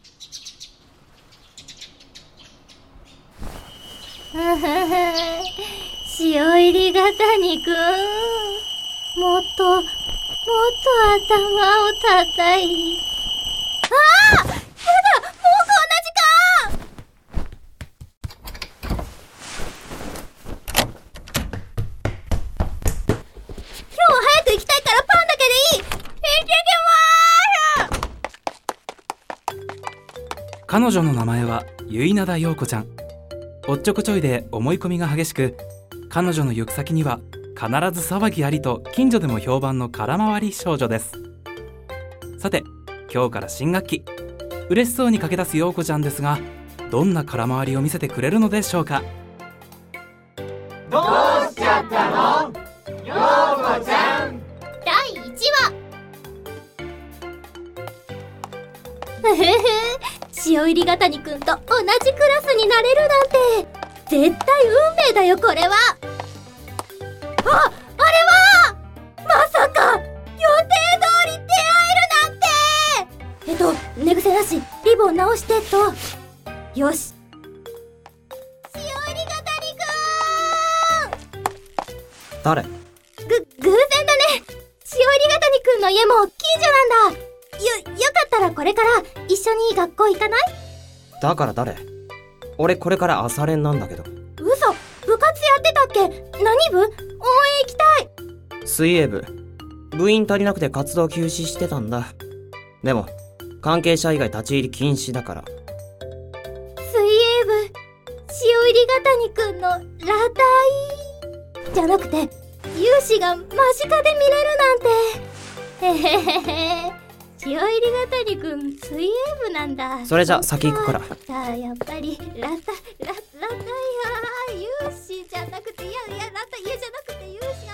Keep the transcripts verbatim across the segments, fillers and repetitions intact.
塩入りが谷くん、もっともっと頭を叩い。ああ、やだ、もうこんな時間。今日は早く行きたいからパンだけでいい。行ってきまーす。 彼女の名前は結灘陽子ちゃん。おっちょこちょいで思い込みが激しく、彼女の行く先には必ず騒ぎありと近所でも評判の空回り少女です。さて、今日から新学期。嬉しそうに駆け出す陽子ちゃんですが、どんな空回りを見せてくれるのでしょうか。 どうしちゃったの？陽子ちゃん。 だいいちわ。ふふふ、塩入りが谷くんと同じクラスになれるなんて絶対運命だよ、これは。あ、あれはまさか予定通り出会えるなんて。えっと寝癖なし、リボン直してと。よし。塩入りが谷くん。 誰？ ぐ、偶然だね。塩入りが谷くんの家も近所なんだ。よ、よかったらこれから一緒に学校行かない？ だから誰？俺これから朝練なんだけど。 嘘、部活やってたっけ？何部？応援行きたい。 水泳部。部員足りなくて活動休止してたんだ。でも関係者以外立ち入り禁止だから。 水泳部、塩入りが谷くんの裸体じゃなくて勇姿が間近で見れるなんて。へへへへ。塩入りが谷くん水泳部なんだ。 それじゃ先行くから。 じゃあやっぱりラタララタイヤ勇姿じゃなくて、いやいやラタイヤじゃなくて勇姿。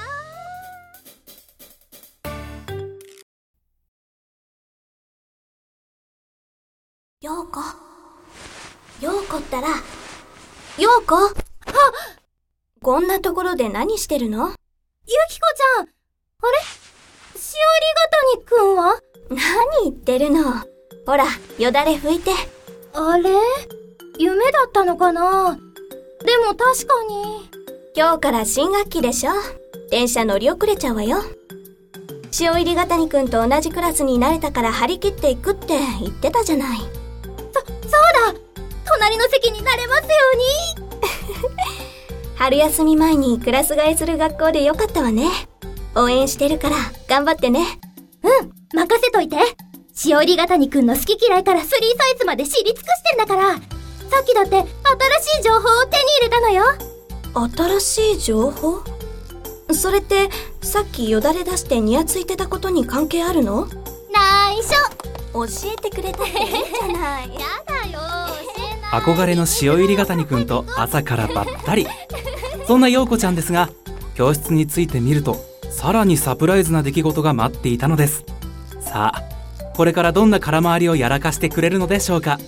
陽子、陽子ったら、陽子。あ、 こんなところで何してるの？ ゆきこちゃん。あれ？塩入りが谷くんは？ 何言ってるの。ほら、よだれ拭いて。 あれ？夢だったのかな？でも確かに。 今日から新学期でしょ。電車乗り遅れちゃうわよ。塩入りが谷くんと同じクラスになれたから張り切っていくって言ってたじゃない。 そ、そうだ！隣の席になれますように。 春休み前にクラス替えする学校でよかったわね。応援してるから頑張ってね。 うん、任せといて。塩入りが谷くんの好き嫌いからスリーサイズまで知り尽くしてんだから。さっきだって新しい情報を手に入れたのよ。 新しい情報？それってさっきよだれ出してニヤついてたことに関係あるの？ 内緒。 教えてくれたっていいじゃない。 やだよ、教えない。 憧れの塩入りが谷くんと朝からばったり。そんな陽子ちゃんですが、教室についてみるとさらにサプライズな出来事が待っていたのです。さあ、これからどんな空回りをやらかしてくれるのでしょうか。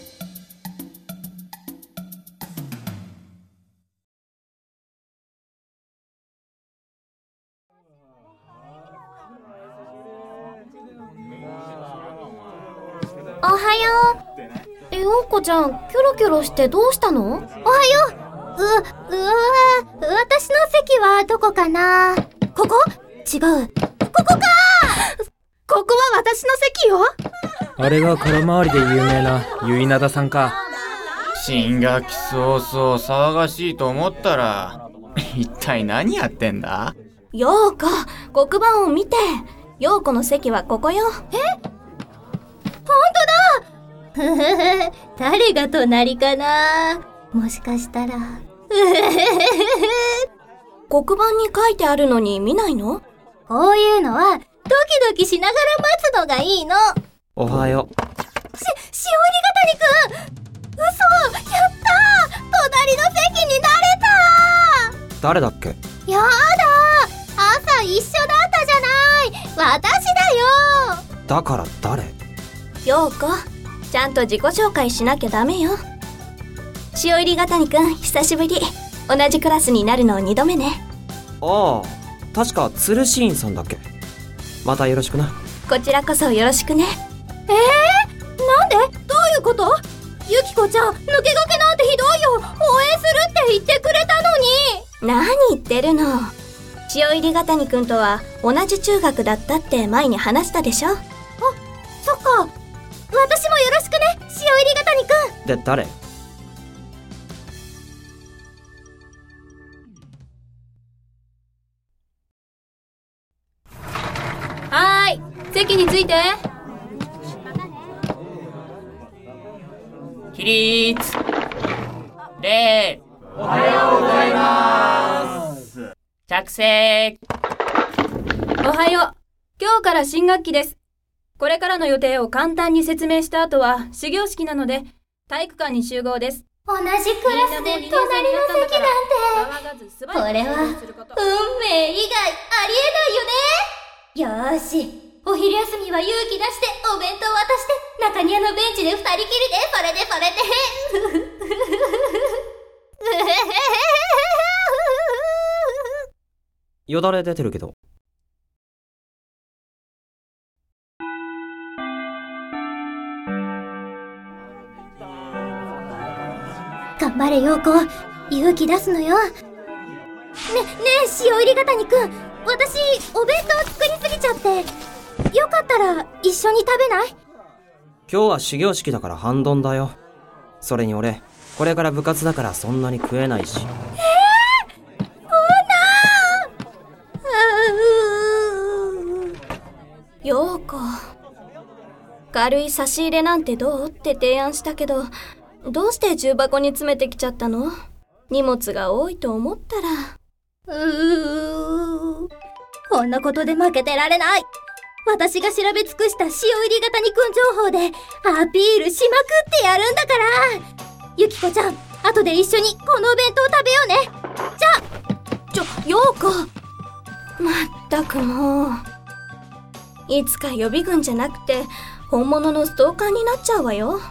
おはよう。 え、陽子ちゃん、キョロキョロしてどうしたの？ おはよう。う、うわ、私の席はどこかな？ここ？違う。ここか！ここは私の席よ。 あれが空回りで有名な結灘さんか。 新学期早々騒がしいと思ったら一体何やってんだ？ 陽子、黒板を見て。陽子の席はここよ。 え？ほんとだ。ふふふ、誰が隣かな？もしかしたら。 黒板に書いてあるのに見ないの？ こういうのはドキドキしながら待つのがいいの。 おはよう。 し、塩入りが谷くん！嘘！やったー！隣の席になれたー！ 誰だっけ？ やだー！朝一緒だったじゃない！私だよ！ だから誰？ 陽子、ちゃんと自己紹介しなきゃダメよ。塩入りが谷くん、久しぶり。同じクラスになるのにどめね。 ああ、確か鶴シーンさんだっけ。またよろしくな。 こちらこそよろしくね。 えー、なんで？どういうこと？ こちゃん、抜け駆けなんてひどいよ。応援するって言ってくれたのに。 何言ってるの。塩入りがたにくんとは同じ中学だったって前に話したでしょ。あ、 そっか。私もよろしくね、塩入りがたにくん。 で、誰？ はーい、席について。 起立礼。おはようございます。着席。 おはよう。今日から新学期です。これからの予定を簡単に説明した後は始業式なので体育館に集合です。 同じクラスで隣の席なんて、これは運命以外ありえないよね。よーし、お昼休みは勇気出してお弁当渡して中庭のベンチで二人きりで、それでそれでよだれ出てるけど。 頑張れ陽子、勇気出すのよ。ね、ねえ塩入りがたにくん、私お弁当作りすぎちゃって、よかったら一緒に食べない？ 今日は始業式だから半ドンだよ。それに俺これから部活だからそんなに食えないし。 えー、そんなー。 陽子、軽い差し入れなんてどうって提案したけど、どうして重箱に詰めてきちゃったの？荷物が多いと思ったら。 うー、こんなことで負けてられない。私が調べ尽くした塩入りがたにくん情報でアピールしまくってやるんだから。ゆきこちゃん、後で一緒にこのお弁当食べようね。じゃあ、 ちょ、陽子。まったくもう。いつか予備軍じゃなくて本物のストーカーになっちゃうわよ。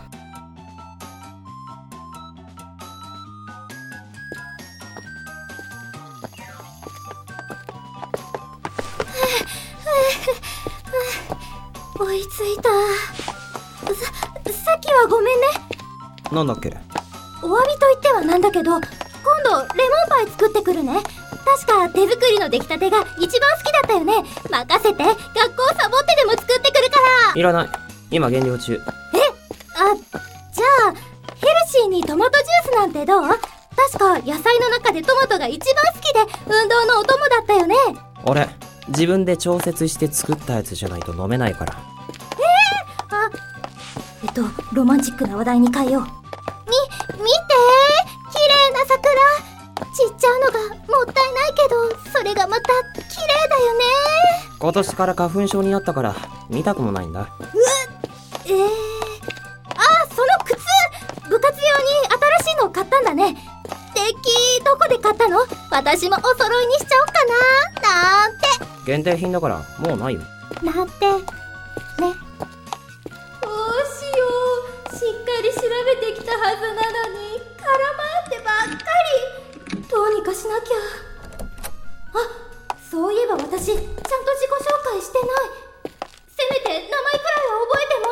追いついた。さ、さっきはごめんね。 なんだっけ？ お詫びと言ってはなんだけど、今度レモンパイ作ってくるね。確か手作りの出来たてが一番好きだったよね。任せて、学校サボってでも作ってくるから。 いらない、今減量中。 え、あ、じゃあヘルシーにトマトジュースなんてどう？確か野菜の中でトマトが一番好きで運動のお供だったよね。 俺自分で調節して作ったやつじゃないと飲めないから。 えー、あ、えっとロマンチックな話題に変えよう。み、見て、綺麗な桜。散っちゃうのがもったいないけど、それがまた綺麗だよね。 今年から花粉症になったから見たくもないんだ。 うっ、えー、あ、その靴、部活用に新しいのを買ったんだね。素敵。どこで買ったの？私もお揃いにしちゃおうかななんて。 限定品だからもうないよ。 なんてね。どうしよう、しっかり調べてきたはずなのに空回ってばっかり。どうにかしなきゃ。あ、そういえば私ちゃんと自己紹介してない。せめて名前くらいは覚えても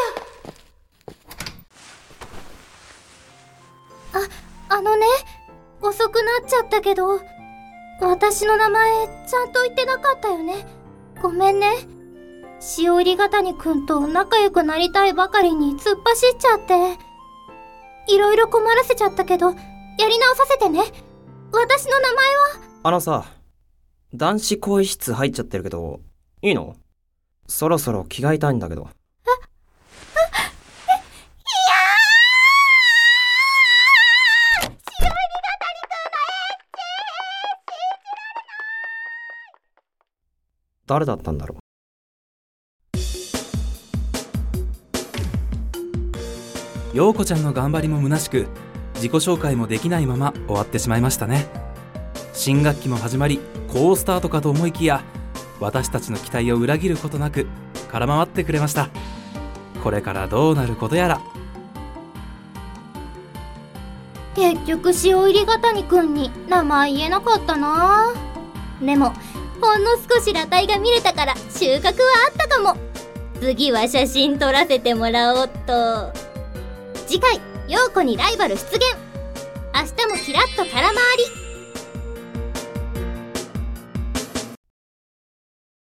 らわなきゃ。あ、あのね、遅くなっちゃったけど、私の名前ちゃんと言ってなかったよね。ごめんね。塩入りがたにくんと仲良くなりたいばかりに突っ走っちゃって、いろいろ困らせちゃったけど、やり直させてね。私の名前は。あのさ、男子更衣室入っちゃってるけどいいの？そろそろ着替えたいんだけど。誰だったんだろう。 陽子ちゃんの頑張りも虚しく、自己紹介もできないまま終わってしまいましたね。新学期も始まり、好スタートかと思いきや、私たちの期待を裏切ることなく空回ってくれました。これからどうなることやら。 結局塩入りがたにくんに名前言えなかったな。でもほんの少し裸体が見れたから収穫はあったかも。次は写真撮らせてもらおうっと。次回陽子にライバル出現。明日もキラッと空回り。